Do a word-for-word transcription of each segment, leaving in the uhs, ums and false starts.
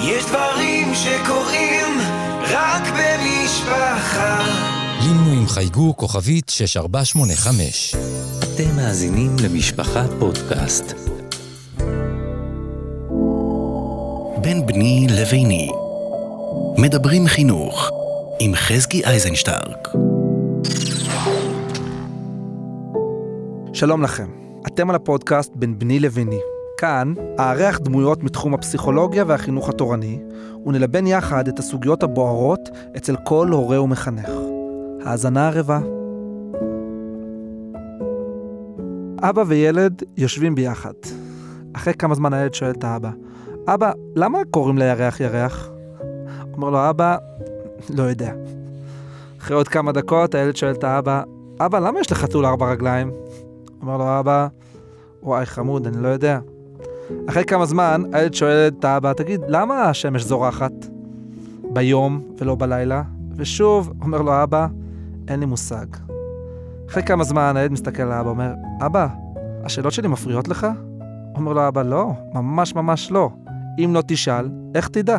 יש דברים שקורים רק במשפחה. לינו עם חייגו כוכבית שש ארבע שמונה חמש. אתם מאזינים למשפחה פודקאסט. בין בני לביני. מדברים חינוך עם חזקי אייזנשטרק. שלום לכם, אתם על הפודקאסט בין בני לביני. כאן אארח דמויות מתחום הפסיכולוגיה והחינוך התורני, ונלבן יחד את הסוגיות הבוערות אצל כל הורה ומחנך. האזנה ערבה. אבא וילד יושבים ביחד. אחרי כמה זמן הילד שואל את האבא, אבא, למה קוראים לירח ירח? אומר לו, אבא, לא יודע. אחרי עוד כמה דקות הילד שואל את האבא, אבא, למה יש לחתול ארבע רגליים? אומר לו, אבא, וואי חמוד, אני לא יודע. אחרי כמה זמן הילד שואל את האבא, תגיד, למה השמש זורחת ביום ולא בלילה? ושוב אומר לו, אבא, אין לי מושג. אחרי כמה זמן הילד מסתכל על האבא, אומר, אבא, השאלות שלי מפריעות לך? אומר לו, אבא, לא, ממש ממש לא. אם לא תשאל, איך תדע?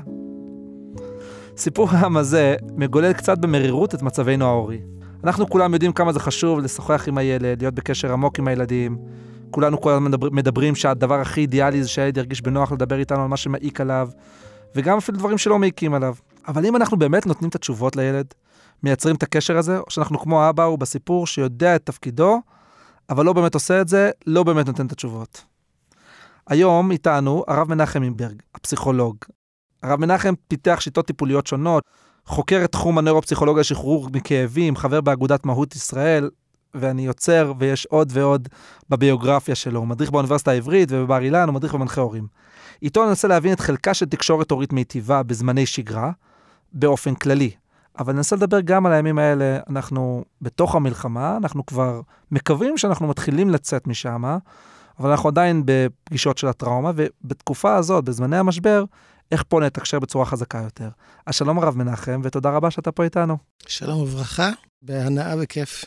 סיפור העם הזה מגולל קצת במרירות את מצבנו ההורי. אנחנו כולם יודעים כמה זה חשוב לשוחח עם הילד, להיות בקשר עמוק עם הילדים. כולנו כל הזמן מדבר, מדברים שהדבר הכי אידיאלי זה שהילד ירגיש בנוח לדבר איתנו על מה שמעיק עליו, וגם אפילו דברים שלא מעיקים עליו. אבל אם אנחנו באמת נותנים את התשובות לילד, מייצרים את הקשר הזה, או שאנחנו כמו האבא הוא בסיפור שיודע את תפקידו, אבל לא באמת עושה את זה, לא באמת נותן את התשובות. היום איתנו הרב מנחם אימברג, הפסיכולוג. הרב מנחם פיתח שיטות טיפוליות שונות, חוקר את תחום הנוירופסיכולוגיה שחרור מכאבים, חבר באגודת מהות ישראל, ואני יוצר, ויש עוד ועוד בביוגרפיה שלו. הוא מדריך באוניברסיטה העברית ובבר אילן, הוא מדריך במנחה הורים. איתו אני ננסה להבין את חלקה של תקשורת הורית מיטיבה בזמני שגרה, באופן כללי. אבל ננסה לדבר גם על הימים האלה, אנחנו בתוך המלחמה, אנחנו כבר מקווים שאנחנו מתחילים לצאת משם, אבל אנחנו עדיין בפגישות של הטראומה, ובתקופה הזאת, בזמני המשבר, איך פה נתקשר בצורה חזקה יותר. אז שלום הרב מנחם, ותודה רבה שאתה פה איתנו. שלום וברכה, בהנאה וכיף.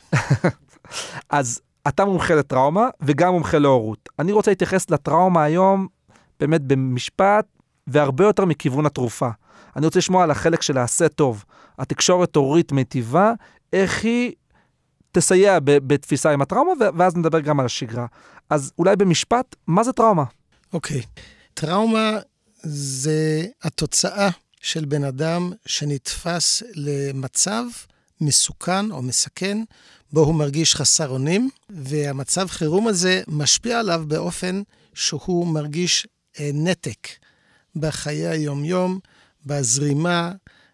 אז אתה מומחה לטראומה, וגם מומחה להורות. אני רוצה להתייחס לטראומה היום, באמת במשפט, והרבה יותר מכיוון התרופה. אני רוצה לשמוע על החלק של העשה טוב, התקשורת הורית מיטיבה, איך היא תסייע בתפיסה עם הטראומה, ואז נדבר גם על השגרה. אז אולי במשפט, מה זה טראומה? אוקיי. טראומה זה התוצאה של בן אדם שנתפס למצב מסוכן או מסכן, בו הוא מרגיש חסר אונים, והמצב חירום הזה משפיע עליו באופן שהוא מרגיש אה, נתק בחיי היום-יום, בזרימה,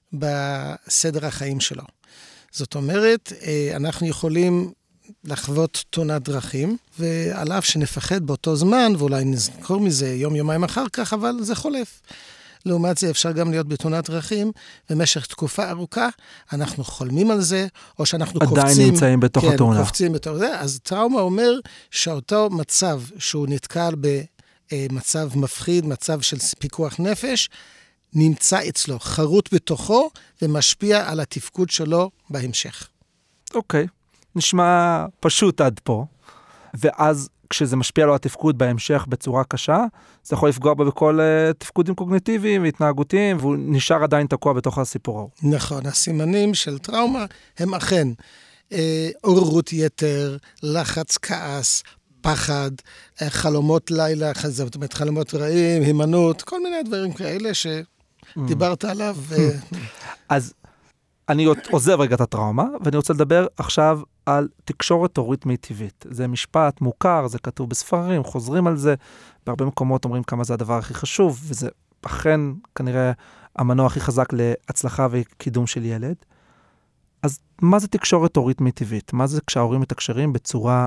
בסדר החיים שלו. זאת אומרת, אה, אנחנו יכולים לחוות תאונת דרכים, ועל אף שנפחד באותו זמן, ואולי נזכור מזה יום-יומיים אחר כך, אבל זה חולף. לעומת זה אפשר גם להיות בתאונת דרכים, במשך תקופה ארוכה, אנחנו חולמים על זה, או שאנחנו עדיין קופצים. עדיין נמצאים בתוך כן, התאונה. קופצים בתוך זה. אז טראומה אומר שאותו מצב שהוא נתקל במצב מפחיד, מצב של פיקוח נפש, נמצא אצלו, חרוט בתוכו, ומשפיע על התפקוד שלו בהמשך. אוקיי. נשמע פשוט עד פה, ואז כשזה משפיע לו התפקוד בהמשך בצורה קשה, זה יכול לפגוע בו בכל uh, תפקודים קוגניטיביים והתנהגותיים, והוא נשאר עדיין תקוע בתוך הסיפור. נכון, הסימנים של טראומה הם אכן אה, עוררות יתר, לחץ, כעס, פחד, אה, חלומות לילה, זאת אומרת חלומות רעים, הימנעות, כל מיני דברים כאלה שדיברת עליו. אה... אז אני עוזב רגע את הטראומה, ואני רוצה לדבר עכשיו על תקשורת הורית מיטיבית. זה משפט מוכר, זה כתוב בספרים, חוזרים על זה, בהרבה מקומות אומרים כמה זה הדבר הכי חשוב, וזה אכן כנראה המנוע הכי חזק להצלחה וקידום של ילד. אז מה זה תקשורת הורית מיטיבית? מה זה כשההורים מתקשרים בצורה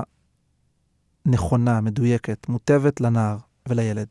נכונה, מדויקת, מוטבת לנער ולילד?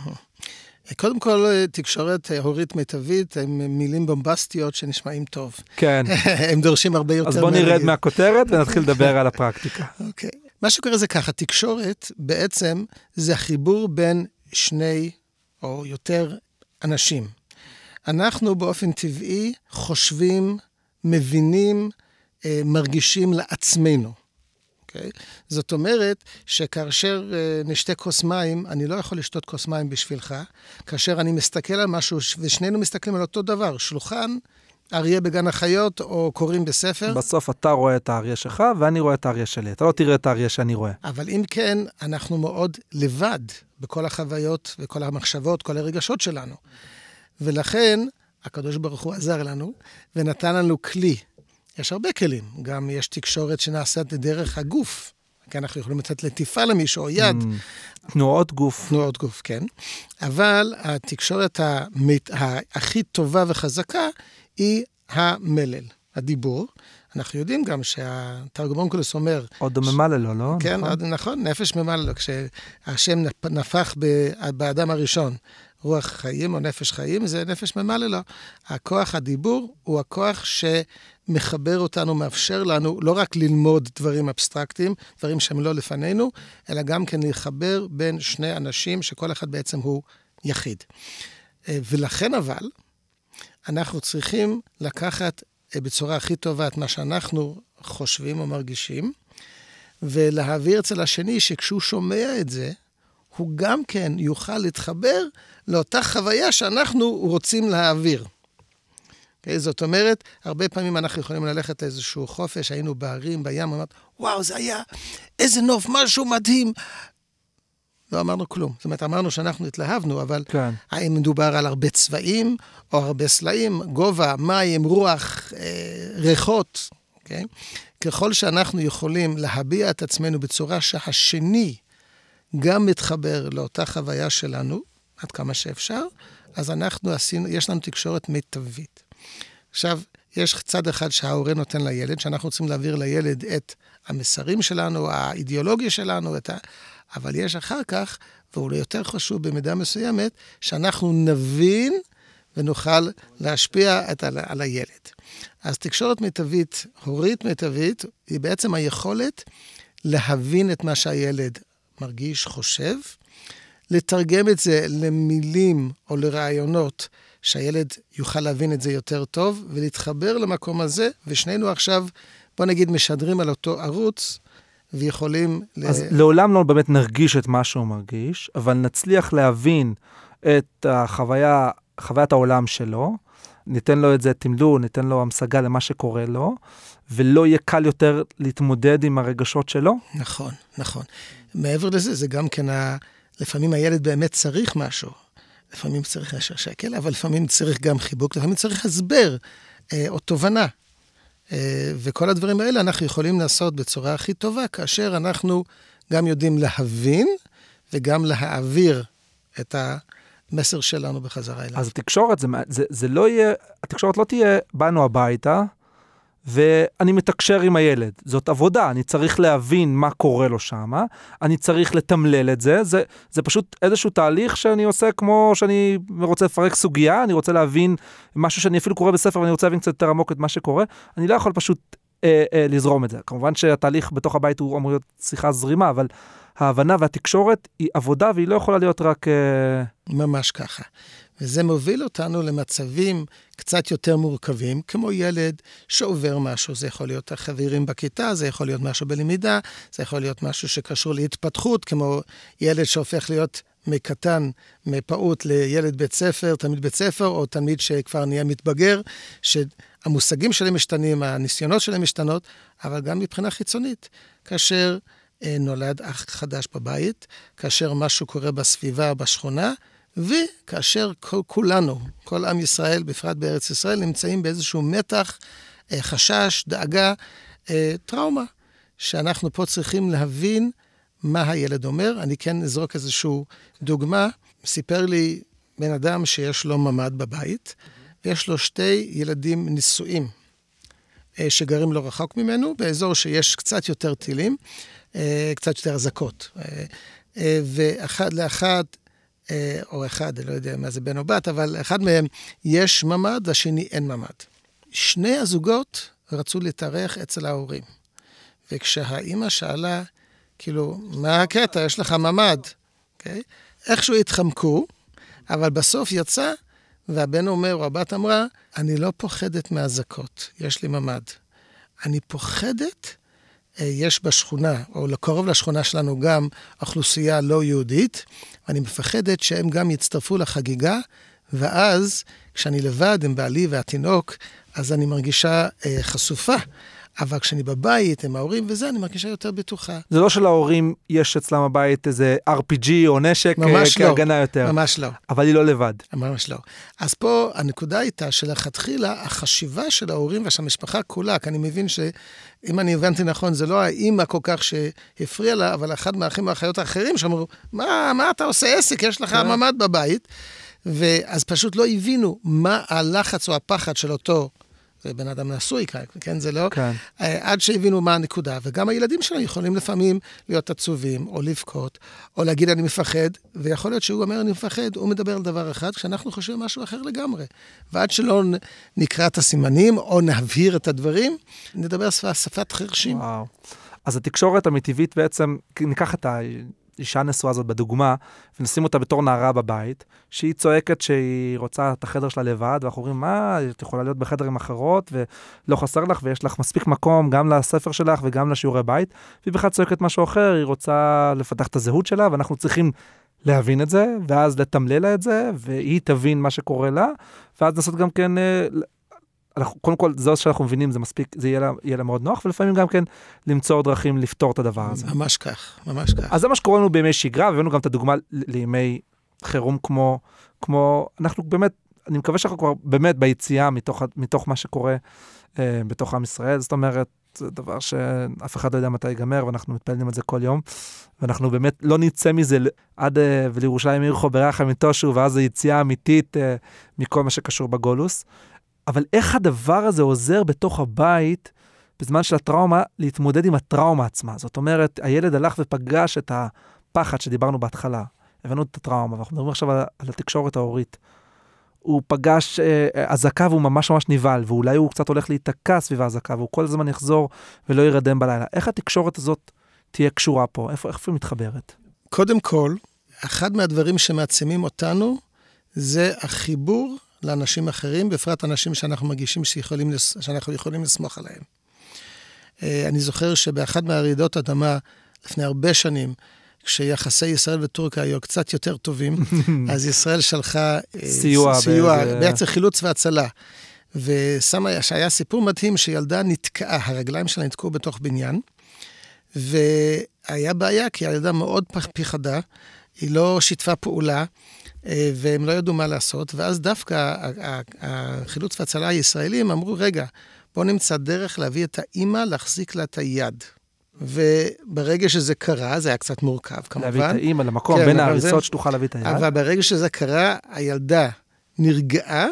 קודם כל, תקשורת הורית מיטבית, הם מילים בומבסטיות שנשמעים טוב. כן. הם דורשים הרבה יותר. אז בוא נרד מהכותרת ונתחיל לדבר על הפרקטיקה. אוקיי. מה שקורה זה ככה, תקשורת בעצם זה החיבור בין שני או יותר אנשים. אנחנו באופן טבעי חושבים, מבינים, מרגישים לעצמנו. Okay? זאת אומרת שכאשר uh, נשתה כוס מים, אני לא יכול לשתות כוס מים בשבילך, כאשר אני מסתכל על משהו, ושנינו מסתכלים על אותו דבר, שולחן, אריה בגן החיות, או קוראים בספר. בסוף אתה רואה את האריה שלך, ואני רואה את האריה שלי. אתה לא תראה את האריה שאני רואה. אבל אם כן, אנחנו מאוד לבד, בכל החוויות, וכל המחשבות, כל הרגשות שלנו. ולכן, הקדוש ברוך הוא עזר לנו, ונתן לנו כלי. יש הרבה כלים, גם יש תקשורת שנעשית דרך הגוף, כי אנחנו יכולים לתת לטיפה למישהו, או יד. תנועות גוף. תנועות גוף, כן. אבל התקשורת המת... הכי טובה וחזקה, היא המלל, הדיבור. אנחנו יודעים גם שהתרגום אונקלוס אומר... עוד ממלא לו, לא? כן, נכון, עוד, נכון נפש ממלא לו. כשהשם נפח באדם הראשון, רוח חיים או נפש חיים, זה נפש ממלא לו. הכוח הדיבור הוא הכוח שמחבר אותנו, מאפשר לנו לא רק ללמוד דברים אבסטרקטיים, דברים שהם לא לפנינו, אלא גם כן לחבר בין שני אנשים שכל אחד בעצם הוא יחיד. ולכן אבל, אנחנו צריכים לקחת בצורה הכי טובה את מה שאנחנו חושבים או מרגישים, ולהעביר אצל השני שכשהוא שומע את זה, הוא גם כן יוכל להתחבר לאותה חוויה שאנחנו רוצים להעביר. Okay, זאת אומרת, הרבה פעמים אנחנו יכולים ללכת לאיזשהו חופש, היינו בערים, בים, אמרת, וואו, זה היה איזה נוף, משהו מדהים. לא אמרנו כלום. זאת אומרת, אמרנו שאנחנו התלהבנו, אבל כן. האם מדובר על הרבה צבעים, או הרבה סלעים, גובה, מים, רוח, אה, ריחות. Okay? ככל שאנחנו יכולים להביע את עצמנו בצורה שהשני גם מתחבר לאותה חוויה שלנו, עד כמה שאפשר, אז אנחנו עשינו, יש לנו תקשורת מיטבית. עכשיו, יש צד אחד שההורה נותן לילד, שאנחנו רוצים להעביר לילד את המסרים שלנו, האידיאולוגיה שלנו, את ה... אבל יש אחר כך, והוא יותר חשוב במידה מסוימת, שאנחנו נבין ונוכל להשפיע את, על, על הילד. אז תקשורת מיטבית, הורית מיטבית, היא בעצם היכולת להבין את מה שהילד מרגיש, חושב, לתרגם את זה למילים או לרעיונות, שהילד יוכל להבין את זה יותר טוב, ולהתחבר למקום הזה, ושנינו עכשיו, בוא נגיד, משדרים על אותו ערוץ, ויכולים... אז ל... לעולם לא באמת נרגיש את מה שהוא מרגיש, אבל נצליח להבין את החוויה, חוויית העולם שלו, ניתן לו את זה תמלו, ניתן לו המשגה למה שקורה לו, ולא יהיה קל יותר להתמודד עם הרגשות שלו. נכון, נכון. מעבר לזה, זה גם כן, ה... לפעמים הילד באמת צריך משהו, לפעמים צריך אשר שקל, אבל לפעמים צריך גם חיבוק, לפעמים צריך הסבר אה, או תובנה. אה, וכל הדברים האלה אנחנו יכולים לעשות בצורה הכי טובה, כאשר אנחנו גם יודעים להבין, וגם להעביר את המסר שלנו בחזרה אליו. אז התקשורת, זה, זה, זה לא יהיה, התקשורת לא תהיה, באנו הביתה, ואני מתקשר עם הילד. זאת עבודה, אני צריך להבין מה קורה לו שם, אני צריך לתמלל את זה, זה, זה פשוט איזשהו תהליך שאני עושה כמו שאני רוצה לפרק סוגיה, אני רוצה להבין משהו שאני אפילו קורא בספר, ואני רוצה להבין קצת יותר עמוק את מה שקורה, אני לא יכול פשוט אה, אה, לזרום את זה. כמובן שהתהליך בתוך הבית הוא אמור להיות שיחה זרימה, אבל ההבנה והתקשורת היא עבודה, והיא לא יכולה להיות רק... אה... ממש ככה. וזה מוביל אותנו למצבים קצת יותר מורכבים, כמו ילד שעובר משהו, זה יכול להיות החברים בכיתה, זה יכול להיות משהו בלמידה, זה יכול להיות משהו שקשור להתפתחות, כמו ילד שהופך להיות מקטן, מפעוט לילד בית ספר, תלמיד בית ספר, או תלמיד שכבר נהיה מתבגר, שהמושגים שלהם משתנים, הניסיונות שלהם משתנות, אבל גם מבחינה חיצונית, כאשר נולד אח חדש בבית, כאשר משהו קורה בסביבה, בשכונה, וכאשר כל, כולנו, כל עם ישראל, בפרט בארץ ישראל, נמצאים באיזשהו מתח, חשש, דאגה, טראומה, שאנחנו פה צריכים להבין מה הילד אומר. אני כן אזרוק איזשהו דוגמה. סיפר לי בן אדם שיש לו ממד בבית, ויש לו שתי ילדים נישואים, שגרים לא רחוק ממנו, באזור שיש קצת יותר טילים, קצת יותר אזעקות. ואחד לאחד, או אחד, אני לא יודע מה זה בן או בת, אבל אחד מהם יש ממד, השני אין ממד. שני הזוגות רצו להתארח אצל ההורים. וכשהאימא שאלה, כאילו, מה הקטע? יש לך ממד. Okay? איכשהו התחמקו, אבל בסוף יצא, והבן אומר, או הבת אמרה, אני לא פוחדת מהזקות, יש לי ממד. אני פוחדת יש בשכונה, או לקרוב לשכונה שלנו גם אוכלוסייה לא יהודית, ואני מפחדת שהם גם יצטרפו לחגיגה, ואז כשאני לבד עם בעלי והתינוק, אז אני מרגישה אה, חשופה. אבל כשאני בבית עם ההורים וזה, אני מרגישה יותר בטוחה. זה לא שלהורים יש אצלם בבית איזה אר פי ג'י או נשק כהגנה יותר. ממש לא. אבל היא לא לבד. ממש לא. אז פה הנקודה הייתה שלכתחילה החשיבה של ההורים ושל המשפחה כולה, כי אני מבין שאם אני הבנתי נכון, זה לא האמא כל כך שהפריע לה, אבל אחד מהאחים והאחיות האחרים שאמרו, מה, מה אתה עושה עסק? יש לך ממ"ד בבית. ואז פשוט לא הבינו מה הלחץ או הפחד של אותו זה בן אדם נשוי, כן, זה לא? כן. עד שהבינו מה הנקודה, וגם הילדים שלנו יכולים לפעמים להיות עצובים, או לבכות, או להגיד אני מפחד, ויכול להיות שהוא אומר אני מפחד, הוא מדבר על דבר אחד, כשאנחנו חושבים משהו אחר לגמרי. ועד שלא נקרא את הסימנים, או נבהיר את הדברים, נדבר שפה, שפת חרשים. וואו. אז התקשורת המטבעית בעצם, ניקח את ה... אישה נשואה הזאת בדוגמה, ונשים אותה בתור נערה בבית, שהיא צועקת שהיא רוצה את החדר שלה לבד, ואנחנו אומרים, מה, את יכולה להיות בחדר עם אחרות, ולא חסר לך, ויש לך מספיק מקום גם לספר שלך וגם לשיעורי בית, והיא בכלל צועקת משהו אחר, היא רוצה לפתח את הזהות שלה, ואנחנו צריכים להבין את זה, ואז לתמלל לה את זה, והיא תבין מה שקורה לה, ואז לעשות גם כן... אנחנו, קודם כל, זה שאנחנו מבינים, זה מספיק, זה יהיה לה, יהיה לה מאוד נוח, ולפעמים גם כן למצוא דרכים לפתור את הדבר הזה. ממש כך, ממש כך. אז זה מה שקורה לנו בימי שגרה, והבאנו גם את הדוגמה לימי חירום כמו, כמו, אנחנו באמת, אני מקווה שאנחנו כבר באמת ביציאה מתוך, מתוך מה שקורה אה, בתוך עם ישראל, זאת אומרת, זה דבר שאף אחד לא יודע מתי ייגמר, ואנחנו מתפללים את זה כל יום, ואנחנו באמת לא נצא מזה עד אה, ולירושלים יריחו ברחם יתושו, ואז זה יציאה אמיתית אה, מכל מה שקשור בגולוס. אבל איך הדבר הזה עוזר בתוך הבית, בזמן של הטראומה, להתמודד עם הטראומה עצמה? זאת אומרת, הילד הלך ופגש את הפחד שדיברנו בהתחלה. הבאנו את הטראומה, ואנחנו מדברים עכשיו על, על התקשורת ההורית. הוא פגש אה, הזקה והוא ממש ממש ניבל, ואולי הוא קצת הולך להיתקע סביב הזקה, והוא כל הזמן יחזור ולא ירדם בלילה. איך התקשורת הזאת תהיה קשורה פה? איפה, איפה היא מתחברת? קודם כל, אחד מהדברים שמעצימים אותנו, זה החיבור לאנשים אחרים, בפרט אנשים שאנחנו מרגישים שיכולים, שאנחנו יכולים לסמוך עליהם. אני זוכר שבאחד מהרעידות אדמה, לפני הרבה שנים, כשיחסי ישראל וטורקיה היו קצת יותר טובים, אז ישראל שלחה סיוע, סיוע בעצם חילוץ והצלה. ושמה, שהיה סיפור מדהים שילדה נתקעה, הרגליים שלה נתקעו בתוך בניין, והיה בעיה כי הילדה מאוד פחדה, היא לא שיתפה פעולה, והם לא ידעו מה לעשות, ואז דווקא החילוץ והצלה הישראלים אמרו, רגע, בוא נמצא דרך להביא את האמא, להחזיק לה את היד. וברגע שזה קרה, זה היה קצת מורכב, כמובן. להביא את האמא למקום, כן, בין ההריסות שתוכל להביא את היד. אבל ברגע שזה קרה, הילדה נרגעה,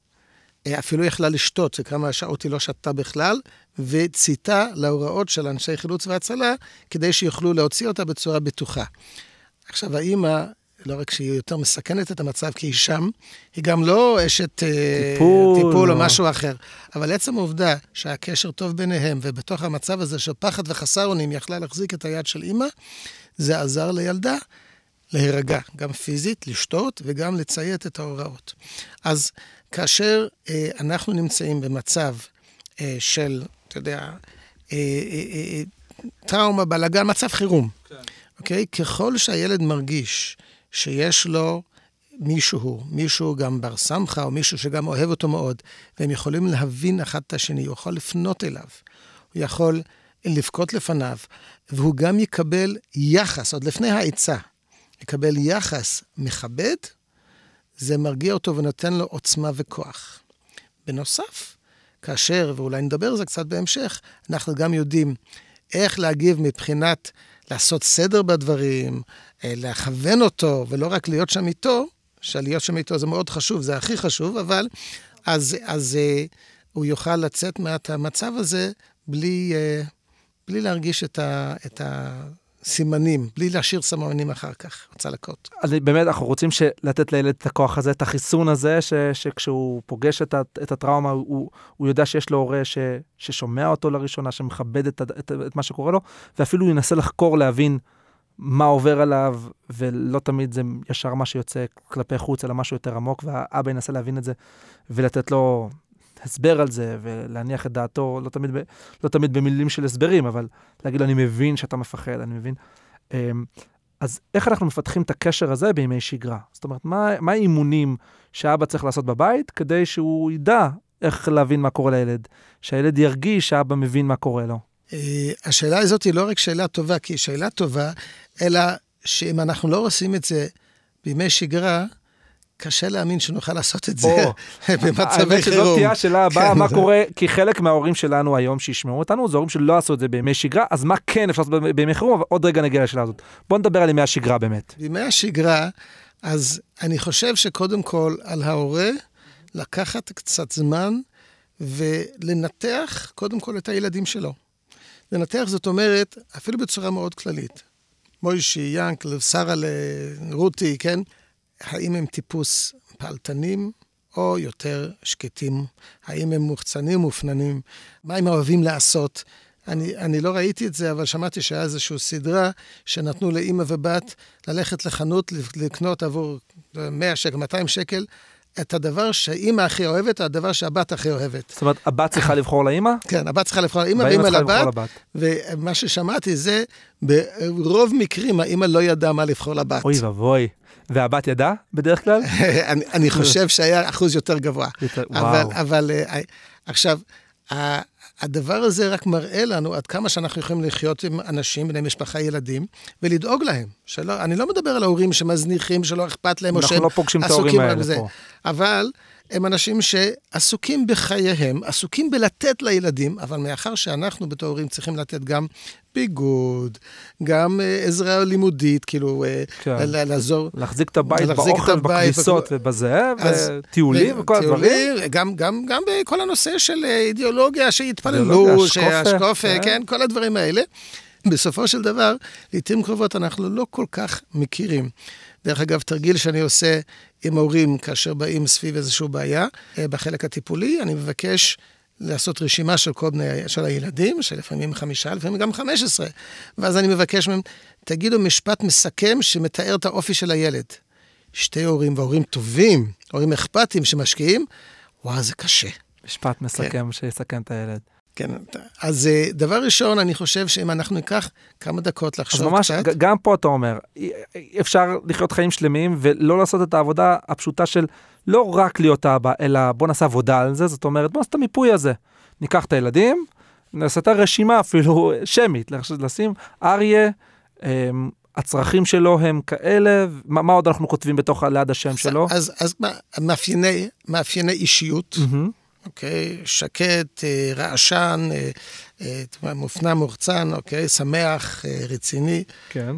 אפילו יכלה לשתות, זה כמה שעות היא לא שתה בכלל, וציתה להוראות של אנשי חילוץ והצלה, כדי שיוכלו להוציא אותה בצורה בטוחה. עכשיו, האמא, לא רק שהיא יותר מסכנת את המצב, כי היא שם, היא גם לא אשת טיפול, טיפול או משהו אחר. אבל עצם העובדה שהקשר טוב ביניהם, ובתוך המצב הזה של פחד וחסר אונים, יכלה להחזיק את היד של אמא, זה עזר לילדה להירגע, גם פיזית, לשתות, וגם לציית את ההוראות. אז כאשר אה, אנחנו נמצאים במצב אה, של, אתה יודע, אה, אה, אה, טראומה, בלגן, מצב חירום. כן. אוקיי? ככל שהילד מרגיש שיש לו מישהו, מישהו גם בר סמכה, או מישהו שגם אוהב אותו מאוד, והם יכולים להבין אחד את השני, הוא יכול לפנות אליו, הוא יכול לבכות לפניו, והוא גם יקבל יחס, עוד לפני העצה, יקבל יחס מכבד, זה מרגיע אותו ונותן לו עוצמה וכוח. בנוסף, כאשר, ואולי נדבר על זה קצת בהמשך, אנחנו גם יודעים איך להגיב מבחינת לעשות סדר בדברים, להכוון אותו, ולא רק להיות שם איתו, שלהיות שם איתו זה מאוד חשוב, זה הכי חשוב, אבל אז, אז הוא יוכל לצאת מהמצב הזה בלי, בלי להרגיש את ה, את הסימנים, בלי להשאיר סמנים אחר כך, צלקות. אז באמת אנחנו רוצים לתת לילד את הכוח הזה, את החיסון הזה, ש, שכשהוא פוגש את, את הטראומה, הוא, הוא יודע שיש לו הורה ש, ששומע אותו לראשונה, שמכבד את, את, את מה שקורה לו, ואפילו הוא ינסה לחקור, להבין מה עובר עליו, ולא תמיד זה ישר מה שיוצא כלפי חוץ, אלא משהו יותר עמוק, והאבא ינסה להבין את זה, ולתת לו הסבר על זה, ולהניח את דעתו, לא תמיד, ב, לא תמיד במילים של הסברים, אבל להגיד לו, אני מבין שאתה מפחד, אני מבין. אז איך אנחנו מפתחים את הקשר הזה בימי שגרה? זאת אומרת, מה, מה האימונים שהאבא צריך לעשות בבית, כדי שהוא ידע איך להבין מה קורה לילד, שהילד ירגיש שהאבא מבין מה קורה לו? השאלה הזאת היא לא רק שאלה טובה, כי היא שאלה טובה, אלא שאם אנחנו לא עושים את זה בימי שגרה, קשה להאמין שנוכל לעשות את זה במצבי חירום. האמת שזאת תהיה השאלה הבאה, מה קורה, כי חלק מההורים שלנו היום שישמעו אותנו, זה הורים שלא עשו את זה בימי שגרה, אז מה כן אפשר לעשות בימי חירום, אבל עוד רגע נגיע לשאלה הזאת. בואו נדבר על ימי השגרה באמת. בימי השגרה, אז אני חושב שקודם כל על ההורה, לקחת קצת זמן ולנתח קודם כל את הילדים שלו. לנתח זאת אומרת, אפילו בצורה מאוד כללית. מוישי, ינקל, שרה לרותי, כן? האם הם טיפוס פעלתנים או יותר שקטים? האם הם מוחצנים ומופננים? מה הם אוהבים לעשות? אני, אני לא ראיתי את זה, אבל שמעתי שהיה איזושהי סדרה שנתנו לאמא ובת ללכת לחנות, לקנות עבור מאה שקל, מאתיים שקל, את הדבר שאמא הכי אוהבת, הדבר שהבת הכי אוהבת. זאת אומרת, הבת צריכה לבחור לאמא? כן, הבת צריכה לבחור לאמא, ואמא לבת. ומה ששמעתי זה, ברוב מקרים, האמא לא ידעה מה לבחור לבת. אוי ובוי. והבת ידעה בדרך כלל? אני, אני חושב שהיה אחוז יותר גבוה. אבל, אבל עכשיו, הדבר הזה רק מראה לנו עד כמה שאנחנו יכולים לחיות עם אנשים, בני משפחה, ילדים, ולדאוג להם. שלא, אני לא מדבר על ההורים שמזניחים, שלא אכפת להם, או שהם לא פוגשים את ההורים האלה פה. אבל הם אנשים שעסוקים בחייהם, עסוקים בלתת לילדים, אבל מאחר שאנחנו בתור הורים צריכים לתת גם ביגוד, גם עזרה לימודית, כאילו, כן. לעזור. להחזיק את הבית באוכל, בכניסות ובזה, וטיולים וכל הדברים. גם, גם, גם בכל הנושא של אידיאולוגיה, שהתפללו, שהשקופה, כן. כן, כל הדברים האלה. בסופו של דבר, לעתים קרובות אנחנו לא כל כך מכירים. דרך אגב, תרגיל שאני עושה עם ההורים כאשר באים סביב איזושהי בעיה, בחלק הטיפולי, אני מבקש לעשות רשימה של כל בני, של הילדים, שלפעמים חמישה, לפעמים גם חמש עשרה. ואז אני מבקש מהם, תגידו משפט מסכם שמתאר את האופי של הילד. שתי הורים, והורים טובים, הורים אכפתיים שמשקיעים, וואו, זה קשה. משפט מסכם כן. שיסכם את הילד. כן, אז דבר ראשון, אני חושב שאם אנחנו ניקח כמה דקות לחשוב אז ממש, קצת. גם פה אתה אומר, אפשר לחיות חיים שלמים, ולא לעשות את העבודה הפשוטה של לא רק להיות אבא, אלא בוא נעשה עבודה על זה, זאת אומרת, בוא נעשה את המיפוי הזה. ניקח את הילדים, נעשה את הרשימה אפילו שמית, לשים אריה, הצרכים שלו הם כאלה, מה, מה עוד אנחנו כותבים בתוך ליד השם אז, שלו? אז, אז מאפייני, מאפייני אישיות, mm-hmm. אוקיי, שקט, רעשן, מופנם, מוחצן, אוקיי, שמח, רציני. כן.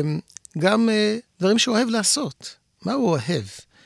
גם דברים שהוא אוהב לעשות. מה הוא אוהב?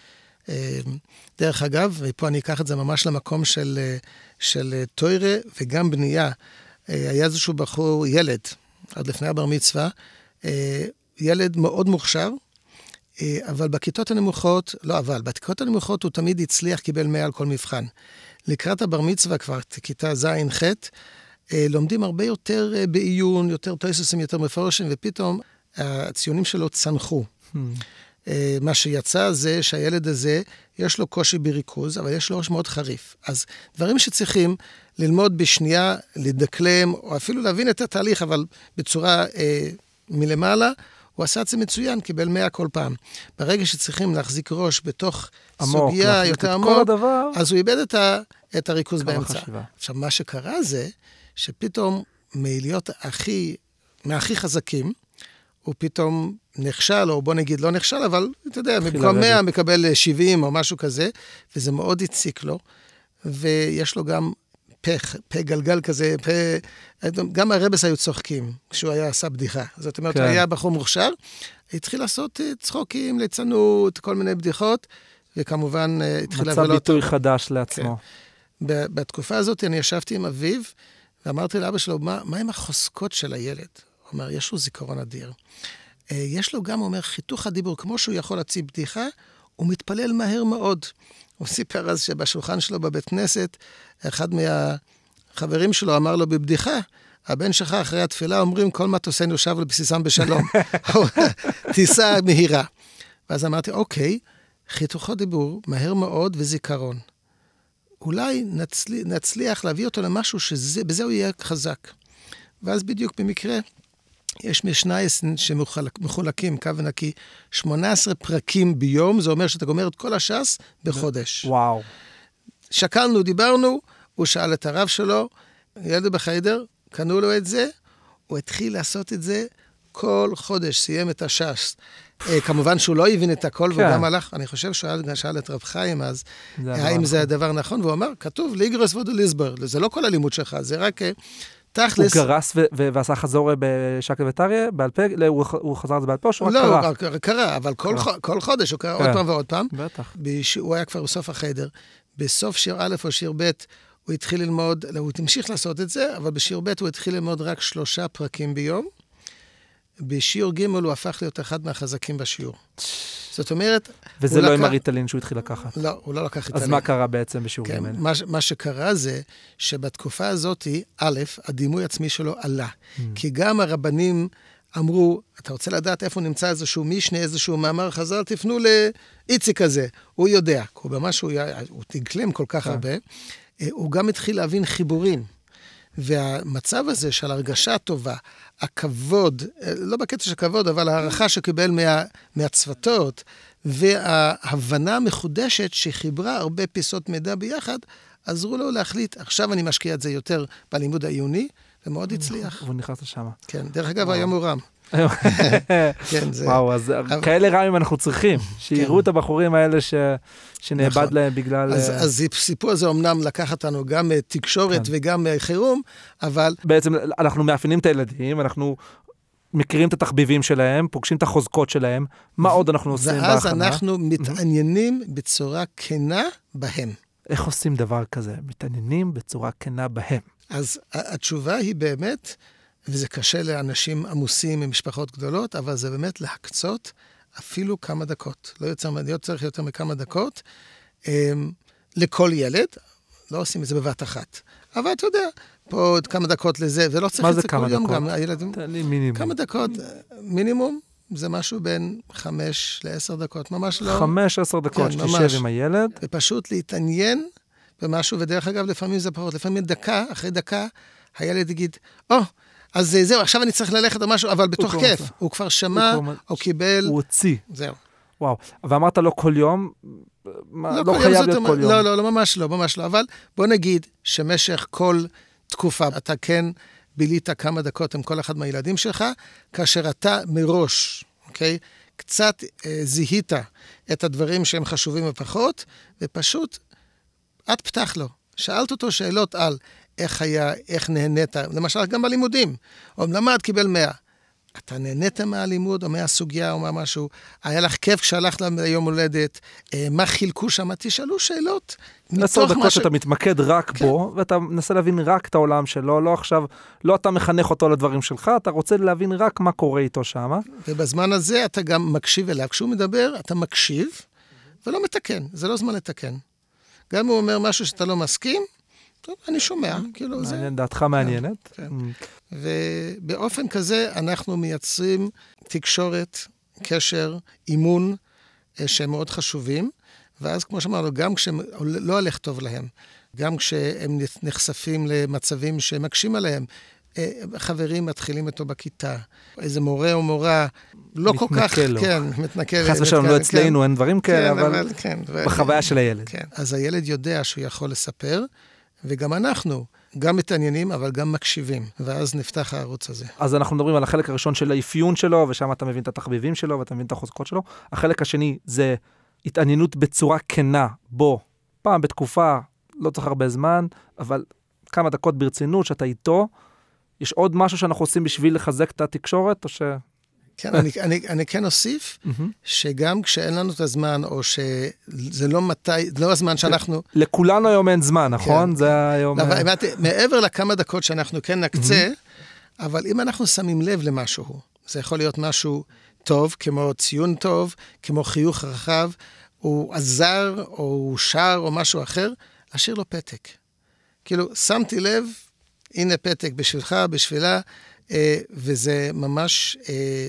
דרך אגב, ופה אני אקח את זה ממש למקום של, של תוירה וגם בנייה. היה איזשהו בחור, ילד, עד לפני הבר מצווה, ילד מאוד מוכשר, אבל בכיתות הנמוכות, לא אבל, בכיתות הנמוכות הוא תמיד הצליח, קיבל מאה על כל מבחן. לקראת הבר מצווה כבר, כיתה ז' ח', לומדים הרבה יותר בעיון, יותר תויסוסים, יותר מפורשים, ופתאום הציונים שלו צנחו. Hmm. מה שיצא זה שהילד הזה, יש לו קושי בריכוז, אבל יש לו ראש מאוד חריף. אז דברים שצריכים ללמוד בשנייה, לדקלם, או אפילו להבין את התהליך, אבל בצורה אה, מלמעלה, הוא עשה את זה מצוין, קיבל מאה כל פעם. ברגע שצריכים להחזיק ראש בתוך עמוק, סוגיה יותר עמוק, אז הוא איבד את, ה, את הריכוז באמצע. חשיבה. עכשיו, מה שקרה זה, שפתאום מעיליות הכי, מהכי חזקים, הוא פתאום נכשל, או בוא נגיד לא נכשל, אבל אתה יודע, במקום מאה מקבל שבעים או משהו כזה, וזה מאוד הציק לו, ויש לו גם פה, פה גלגל כזה, פה, גם הרבס היו צוחקים, כשהוא היה עשה בדיחה. זאת אומרת, כן. הוא היה בחור מוכשר, התחיל לעשות צחוקים, ליצנות, כל מיני בדיחות, וכמובן התחיל מצא ביטוי אותו. חדש לעצמו. כן. בתקופה הזאת אני ישבתי עם אביו, ואמרתי לאבא שלו, מה, מה עם החוזקות של הילד? הוא אומר, יש לו זיכרון אדיר. יש לו גם, הוא אומר, חיתוך הדיבור, כמו שהוא יכול להציב בדיחה, הוא מתפלל מהר מאוד. הוא סיפר אז שבשולחן שלו בבית כנסת, אחד מהחברים שלו אמר לו בבדיחה, הבן שלך אחרי התפילה אומרים, כל מטוסינו שב לבסיסם בשלום. טיסה מהירה. ואז אמרתי, אוקיי, חיתוך הדיבור, מהר מאוד וזיכרון. אולי נצליח, נצליח להביא אותו למשהו שבזה הוא יהיה חזק. ואז בדיוק במקרה, יש משנה שמחולקים, קו ונקי, שמונה עשרה פרקים ביום, זה אומר שאתה גומר את כל הש"ס בחודש. וואו. שקלנו, דיברנו, הוא שאל את הרב שלו, ילד בחיידר, קנו לו את זה, הוא התחיל לעשות את זה כל חודש, סיים את הש"ס. כמובן שהוא לא הבין את הכל, והוא גם הלך, אני חושב שהוא שאל את רב חיים אז, האם זה הדבר נכון, והוא אמר, כתוב, ליגרס ודו ליסבר, זה לא כל הלימוד שלך, זה רק תכלס. הוא גרס ועשה חזור בשקל וטריה, בעל פה, הוא חזר את זה בעל פה, שהוא רק קרא? לא, קרא, אבל כל חודש הוא קרא עוד פעם ועוד פעם. בטח. הוא היה כבר בסוף החדר. בסוף שיר א' או שיר ב', הוא התחיל ללמוד, הוא תמשיך לעשות את זה, אבל בשיר ב' הוא התחיל ללמוד רק שלושה פרקים ביום. בשיר ג' הוא הפך להיות אחד מהחזקים בשיעור. זאת אומרת... וזה לא עם הריטלין שהוא התחיל לקחת. לא, הוא לא לקח ריטלין. אז מה קרה בעצם בשיעור ג'? מה שקרה זה שבתקופה הזאת, א', הדימוי עצמי שלו עלה. כי גם הרבנים אמרו, אתה רוצה לדעת איפה נמצא איזשהו משנה, איזשהו מאמר חז"ל, תפנו לאיציק הזה. הוא יודע. הוא ממש, הוא תגלם כל כך הרבה. הוא גם התחיל להבין חיבורים. והמצב הזה של הרגשה טובה, הכבוד, לא בקטע של כבוד, אבל הערכה שקיבל מה, מהצוותות, וההבנה המחודשת שחיברה הרבה פיסות מידע ביחד, עזרו לו להחליט, עכשיו אני משקיע את זה יותר בלימוד העיוני, ומאוד הצליח. והוא נכנס לשם. כן, דרך אגב, היום הוא רם. וואו, אז כאלה רמים אנחנו צריכים, שיראו את הבחורים האלה שנאבד להם בגלל... אז סיפור הזה אמנם לקח אותנו גם תקשורת וגם חירום, אבל... בעצם אנחנו מאפיינים את הילדים, אנחנו מכירים את התחביבים שלהם, פוגשים את החוזקות שלהם, מה עוד אנחנו עושים בהכנה? ואז אנחנו מתעניינים בצורה כנה בהם. איך עושים דבר כזה? מתעניינים בצורה כנה בהם. אז התשובה היא באמת... וזה קשה לאנשים עמוסים ממשפחות גדולות, אבל זה באמת להקצות אפילו כמה דקות. לא יוצר, לא צריך יותר מכמה דקות. לכל ילד, לא עושים את זה בבת אחת. אבל אתה יודע, פה עוד כמה דקות לזה, ולא צריך את זה כל יום גם. הילדים, תן לי מינימום. כמה דקות, מינימום, זה משהו בין חמש לעשר דקות, ממש לא. חמש, עשר דקות, שתשב עם הילד. ופשוט להתעניין במשהו, ודרך אגב, לפעמים זה פחות, לפעמים דקה, אחרי דקה, הילד יגיד, או, oh, אז זהו, עכשיו אני צריך ללכת או משהו, אבל בתוך כיף. הוא כבר שמע, או קיבל... הוא הוציא. זהו. וואו. ואמרת לא כל יום, לא חייב להיות כל יום. לא, לא, לא, ממש לא, ממש לא. אבל בוא נגיד שמשך כל תקופה, אתה כן בילית כמה דקות עם כל אחד מהילדים שלך, כאשר אתה מראש, אוקיי? קצת זיהית את הדברים שהם חשובים ופחות, ופשוט, את פתח לו. שאלת אותו שאלות על... איך היה, איך נהנית, למשל גם בלימודים, או למד קיבל מאה. אתה נהנית מהלימוד, או מהסוגיה, או משהו, היה לך כיף כשהלכת ליום הולדת, מה חילקו שם, תשאלו שאלות. עשר דקות שאתה מתמקד רק בו, ואתה מנסה להבין רק את העולם שלו, לא עכשיו, לא אתה מחנך אותו לדברים שלך, אתה רוצה להבין רק מה קורה איתו שם. ובזמן הזה אתה גם מקשיב אליו, כשהוא מדבר, אתה מקשיב, ולא מתקן, זה לא זמן לתקן. גם הוא אומר משהו שאתה לא מסכים, טוב, אני שומע, כאילו זה... מעניין, דעתך מעניינת. ובאופן כזה אנחנו מייצרים תקשורת, קשר, אימון, שהם מאוד חשובים, ואז כמו שאמרנו, גם כשהם לא הולך טוב להם, גם כשהם נחשפים למצבים שמקשים עליהם, חברים מתחילים איתו בכיתה, איזה מורה או מורה, לא כל כך, כן, מתנכל. חס ושלום, לא אצלנו, אין דברים כאלה, אבל בחוויה של הילד. אז הילד יודע שהוא יכול לספר, וגם אנחנו, גם מתעניינים, אבל גם מקשיבים, ואז נפתח הערוץ הזה. אז אנחנו מדברים על החלק הראשון של האפיון שלו, ושם אתה מבין את התחביבים שלו, ואתה מבין את החוזקות שלו. החלק השני זה התעניינות בצורה כנה, בו, פעם בתקופה, לא צריך הרבה זמן, אבל כמה דקות ברצינות שאתה איתו. יש עוד משהו שאנחנו עושים בשביל לחזק את התקשורת, או ש... כן, אני, אני, אני כן אוסיף, שגם כשאין לנו את הזמן, או שזה לא מתי, לא הזמן שאנחנו... לכולנו היום אין זמן, נכון? זה היום... מעבר לכמה דקות שאנחנו כן נקצה, אבל אם אנחנו שמים לב למשהו, זה יכול להיות משהו טוב, כמו ציון טוב, כמו חיוך רחב, הוא עזר, או הוא שר, או משהו אחר, להשאיר לו פתק. כאילו, שמתי לב, הנה פתק בשבילך, בשבילה, וזה ממש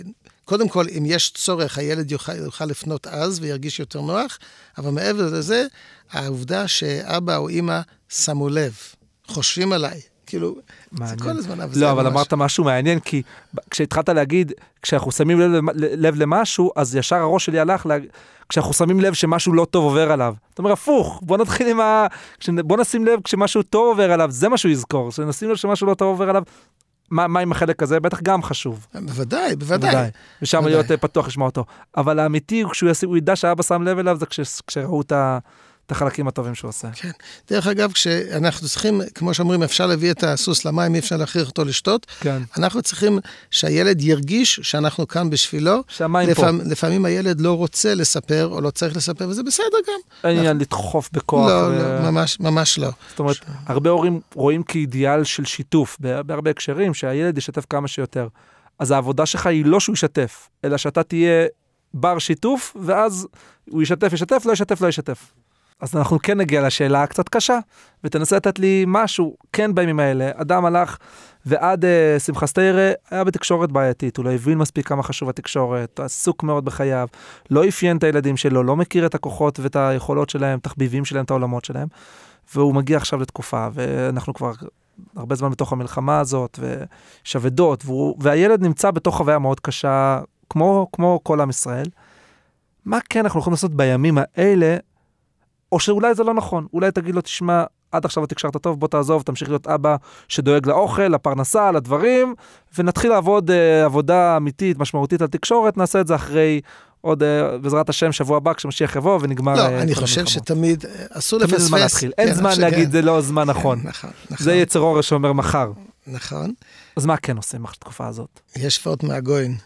קודם כל, אם יש צורך, הילד יוכל, יוכל לפנות אז וירגיש יותר נוח, אבל מעבר לזה, העובדה שאבא או אמא שמו לב, חושבים עליי, כאילו, מעניין. זה כל הזמן. אבל לא, אבל ממש... אמרת משהו מעניין, כי כשהתחלת להגיד, כשאנחנו שמים לב, לב למשהו, אז ישר הראש שלי הלך, לה... כשאנחנו שמים לב שמשהו לא טוב עובר עליו. אתה אומר, הפוך, בוא נתחיל עם ה... בוא נשים לב כשמשהו טוב עובר עליו, זה משהו יזכור, כשנשים לב שמשהו לא טוב עובר עליו, מה, מה עם החלק הזה? בטח גם חשוב. בוודאי, בוודאי. בוודאי. ושם בוודאי. להיות פתוח לשמוע אותו. אבל האמיתי, כשהוא יעשה, הוא ידע שהאבא שם לב אליו, זה כש, כשראו את ה... את החלקים הטובים שהוא עושה. כן. דרך אגב, כשאנחנו צריכים, כמו שאומרים, אפשר להביא את הסוס למים, אי אפשר להכריח אותו לשתות. כן. אנחנו צריכים שהילד ירגיש שאנחנו כאן בשבילו. שהמים לפעמים, פה. לפעמים הילד לא רוצה לספר, או לא צריך לספר, וזה בסדר גם. אין עניין לדחוף בכוח. לא, ו... לא, ממש, ממש לא. זאת אומרת, ש... הרבה הורים רואים כאידיאל של שיתוף, בהרבה הקשרים, שהילד ישתף כמה שיותר. אז העבודה שלך היא לא שהוא ישתף, אלא שאתה תהיה בר שיתוף, ואז הוא ישתף, ישתף, לא ישתף, לא ישתף. אז אנחנו כן נגיע לשאלה הקצת קשה, ותנסה לתת לי משהו, כן בימים האלה, אדם הלך, ועד uh, שמחה סטיירה היה בתקשורת בעייתית, הוא לא הבין מספיק כמה חשוב התקשורת, עסוק מאוד בחייו, לא אפיין את הילדים שלו, לא מכיר את הכוחות ואת היכולות שלהם, תחביבים שלהם, את העולמות שלהם, והוא מגיע עכשיו לתקופה, ואנחנו כבר הרבה זמן בתוך המלחמה הזאת, ושבדות, והוא, והילד נמצא בתוך חוויה מאוד קשה, כמו, כמו כל עם ישראל. מה כן אנחנו יכולים לעשות בימים האלה, או שאולי זה לא נכון, אולי תגיד לו, תשמע, עד עכשיו התקשרת טוב, בוא תעזוב, תמשיך להיות אבא שדואג לאוכל, לפרנסה, לדברים, ונתחיל לעבוד אה, עבודה אמיתית, משמעותית על תקשורת, נעשה את זה אחרי עוד, אה, בעזרת השם, שבוע הבא, כשמשיח יבוא ונגמר. לא, אה, אני חושב מלחמות. שתמיד אסור תמיד לפספס. זמן להתחיל. אין כן, זמן חושב, להגיד, כן. זה לא זמן נכון. כן, נכון, נכון. זה יצר אור שאומר מחר. נכון. אז מה כן עושים בתקופה הזאת? יש פורט מהגוין.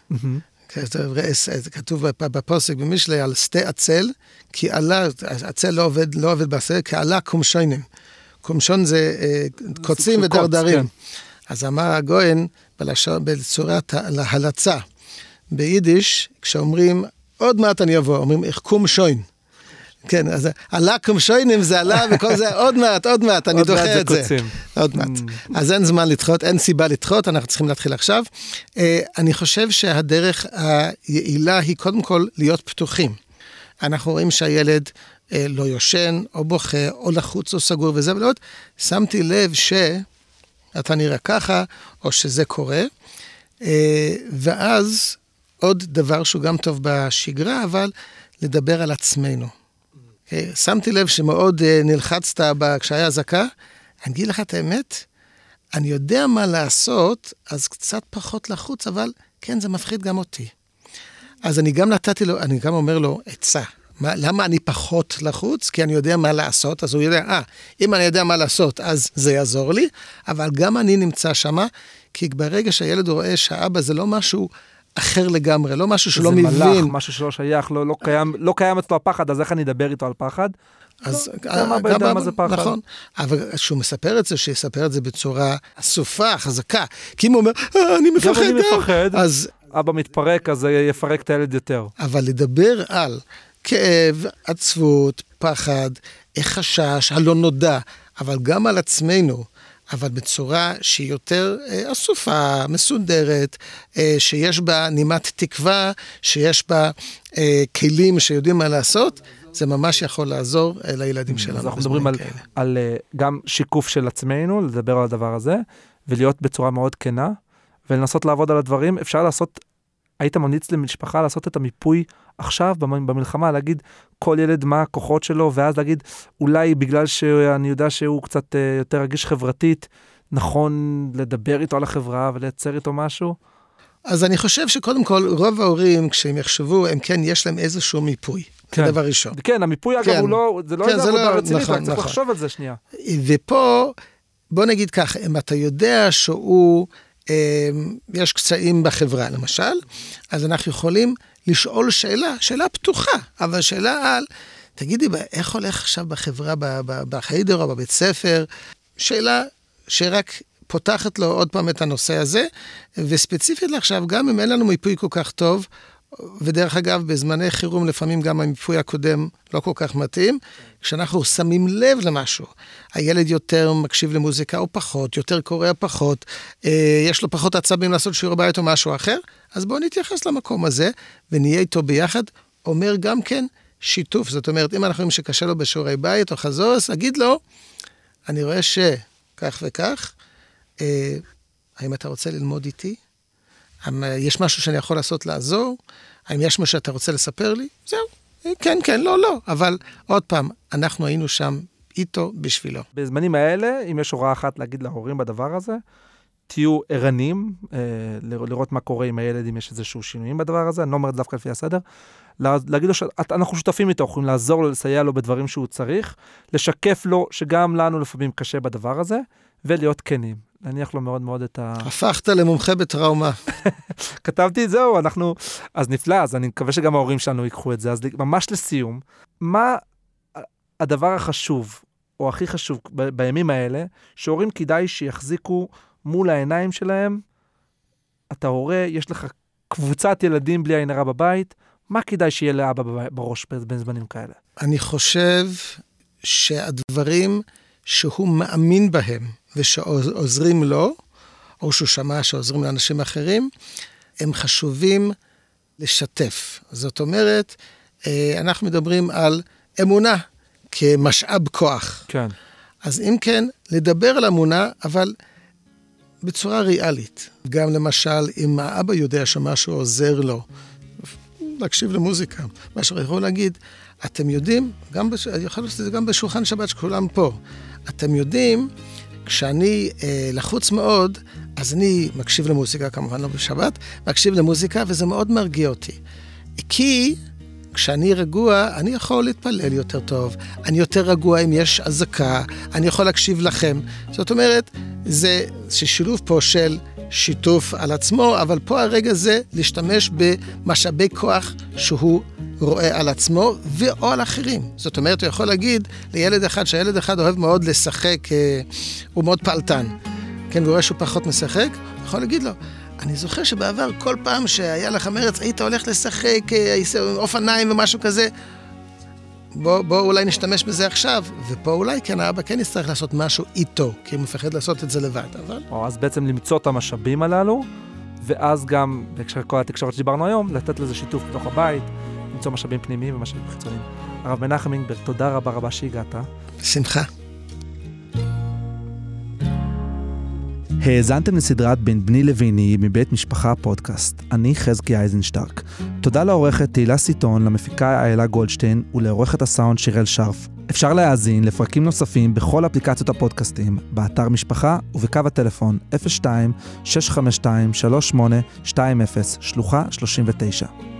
כתוב בפוסק במשלי על שתי עצל, כי עלה, עצל לא עובד, לא עובד בעשה, כי עלה קומשוינים. קומשון זה קוצים ודרדרים. אז אמר הגוין בצורת ההלצה. ביידיש, כשאומרים, עוד מעט אני אבוא, אומרים, איך קומשוין. כן, אז עלה קומשוינים זה עלה, וכל זה עוד מעט, עוד מעט, אני דוחה את זה. עוד מעט. אז אין זמן לדחות, אין סיבה לדחות, אנחנו צריכים להתחיל עכשיו. אני חושב שהדרך היעילה היא קודם כל להיות פתוחים. אנחנו רואים שהילד לא יושן, או בוכה, או לחוץ, או סגור, וזה ולא. שמתי לב שאתה נראה ככה, או שזה קורה. ואז עוד דבר שהוא גם טוב בשגרה, אבל לדבר על עצמנו. שמתי לב שמאוד נלחצת כשהיה זקה, אני אגיד לך את האמת, אני יודע מה לעשות, אז קצת פחות לחוץ, אבל כן, זה מפחיד גם אותי. אז אני גם נתתי לו, אני גם אומר לו, עצה. מה, למה אני פחות לחוץ? כי אני יודע מה לעשות, אז הוא יודע, אה, אם אני יודע מה לעשות, אז זה יעזור לי, אבל גם אני נמצא שמה, כי ברגע שהילד רואה שהאבא זה לא משהו אחר לגמרי, לא משהו שלא מבין. זה מלאך, משהו שלא שייך, לא, לא קיים, לא קיים אצלו הפחד, אז איך אני אדבר איתו על פחד? אז לא, גם אבא יודע מה זה פחד. נכון, אבל כשהוא מספר את זה, שיספר את זה בצורה אסופה, חזקה, כי אם הוא אומר, אה, אני מפחד גם. אני מפחד, אז אבא מתפרק, אז יפרק את הילד יותר. אבל לדבר על כאב, עצבות, פחד, חשש, הלא נודע, אבל גם על עצמנו, אבל בצורה שהיא יותר אה, אסופה, מסודרת, אה, שיש בה נימת תקווה, שיש בה אה, כלים שיודעים מה לעשות, זה ממש יכול לעזור אה, לילדים שלנו. אז אנחנו מדברים על, על אה, גם שיקוף של עצמנו, לדבר על הדבר הזה, ולהיות בצורה מאוד כנה, ולנסות לעבוד על הדברים. אפשר לעשות, היית ממליץ למשפחה לעשות את המיפוי עכשיו במלחמה, להגיד כל ילד מה הכוחות שלו, ואז להגיד אולי בגלל שאני יודע שהוא קצת יותר רגיש חברתית, נכון לדבר איתו על החברה ולייצר איתו משהו? אז אני חושב שקודם כל רוב ההורים כשהם יחשבו, הם כן יש להם איזשהו מיפוי. כן. כדבר ראשון. כן, המיפוי אגב כן. הוא לא, זה לא כן, איזה זה עבודה לא, רצינית, נכון, רק צריך נכון. לחשוב על זה שנייה. ופה, בוא נגיד כך, אם אתה יודע שהוא, אה, יש קצאים בחברה למשל, אז אנחנו יכולים לשאול שאלה, שאלה פתוחה, אבל שאלה על, תגידי, איך הולך עכשיו בחברה, בחיידר או בבית ספר? שאלה שרק פותחת לו עוד פעם את הנושא הזה, וספציפית לעכשיו, גם אם אין לנו מיפוי כל כך טוב, ודרך אגב, בזמני חירום לפעמים גם המיפוי הקודם לא כל כך מתאים, כשאנחנו שמים לב למשהו, הילד יותר מקשיב למוזיקה או פחות, יותר קורא פחות, יש לו פחות עצבים לעשות שיעור בית או משהו אחר, אז בואו נתייחס למקום הזה, ונהיה איתו ביחד, אומר גם כן שיתוף. זאת אומרת, אם אנחנו רואים שקשה לו בשיעורי בית או חזור, אז אגיד לו, אני רואה שכך וכך, אה, האם אתה רוצה ללמוד איתי? יש משהו שאני יכול לעשות לעזור? האם יש משהו שאתה רוצה לספר לי? זהו, כן, כן, לא, לא. אבל עוד פעם, אנחנו היינו שם איתו בשבילו. בזמנים האלה, אם יש הוראה אחת להגיד להורים בדבר הזה, תהיו ערנים, אה, לראות מה קורה עם הילד, אם יש איזשהו שינויים בדבר הזה, אני לא אומר דווקא לפי הסדר, להגיד לו שאנחנו שותפים איתו, יכולים לעזור לו, לסייע לו בדברים שהוא צריך, לשקף לו שגם לנו לפעמים קשה בדבר הזה, ולהיות כנים. להניח לו מאוד מאוד את ה... הפכת למומחה בטראומה. כתבתי את זהו, אנחנו... אז נפלא, אז אני מקווה שגם ההורים שלנו ייקחו את זה. אז ממש לסיום, מה הדבר החשוב, או הכי חשוב ב- בימים האלה, שהורים כדאי שיחזיקו מול העיניים שלהם, אתה הורה, יש לך קבוצת ילדים בלי עין הרע בבית, מה כדאי שיהיה לאבא בראש בין זמנים כאלה? אני חושב שהדברים שהוא מאמין בהם, ושעוזרים לו, או שהוא שמע שעוזרים לאנשים אחרים, הם חשובים לשתף. זאת אומרת, אנחנו מדברים על אמונה כמשאב כוח. כן. אז אם כן, לדבר על אמונה, אבל בצורה ריאלית. גם למשל, אם האבא יודע שמשהו עוזר לו, להקשיב למוזיקה, מה שיכול להגיד, אתם יודעים, גם בש... יכול לעשות את זה גם בשולחן שבת שכולם פה, אתם יודעים, כשאני אה, לחוץ מאוד, אז אני מקשיב למוזיקה, כמובן לא בשבת, מקשיב למוזיקה וזה מאוד מרגיע אותי. כי כשאני רגוע, אני יכול להתפלל יותר טוב, אני יותר רגוע אם יש אזעקה, אני יכול להקשיב לכם. זאת אומרת, זה ששילוב פה של שיתוף על עצמו, אבל פה הרגע זה להשתמש במשאבי כוח שהוא רואה על עצמו ואו על אחרים. זאת אומרת, הוא יכול להגיד לילד אחד, שהילד אחד אוהב מאוד לשחק, הוא מאוד פעלתן, כן, והוא רואה שהוא פחות משחק, הוא יכול להגיד לו, אני זוכר שבעבר כל פעם שהיה לך מרץ, היית הולך לשחק אופניים ומשהו כזה, בוא, בוא אולי נשתמש בזה עכשיו, ופה אולי כן, האבא כן יצטרך לעשות משהו איתו, כי הוא מפחד לעשות את זה לבד, אבל... או, אז בעצם למצוא את המשאבים הללו, ואז גם, בכל התקשורת שדיברנו היום, לתת לזה שיתוף בתוך הבית, למצוא משאבים פנימיים ומשאבים חיצוניים. הרב מנחם אינגברג, תודה רבה רבה שהגעת. שמחה. האזנתם לסדרת בין בני לביני מבית משפחה פודקאסט. אני חזקי אייזנשטרק. תודה לעורכת תהילה סיטון, למפיקה איילה גולדשטיין ולעורכת הסאונד שירל שרף. אפשר להאזין לפרקים נוספים בכל אפליקציות הפודקאסטים, באתר משפחה ובקו הטלפון אפס שתיים שש חמש שתיים שלוש שמונה שתיים אפס שלוחה שלושים ותשע.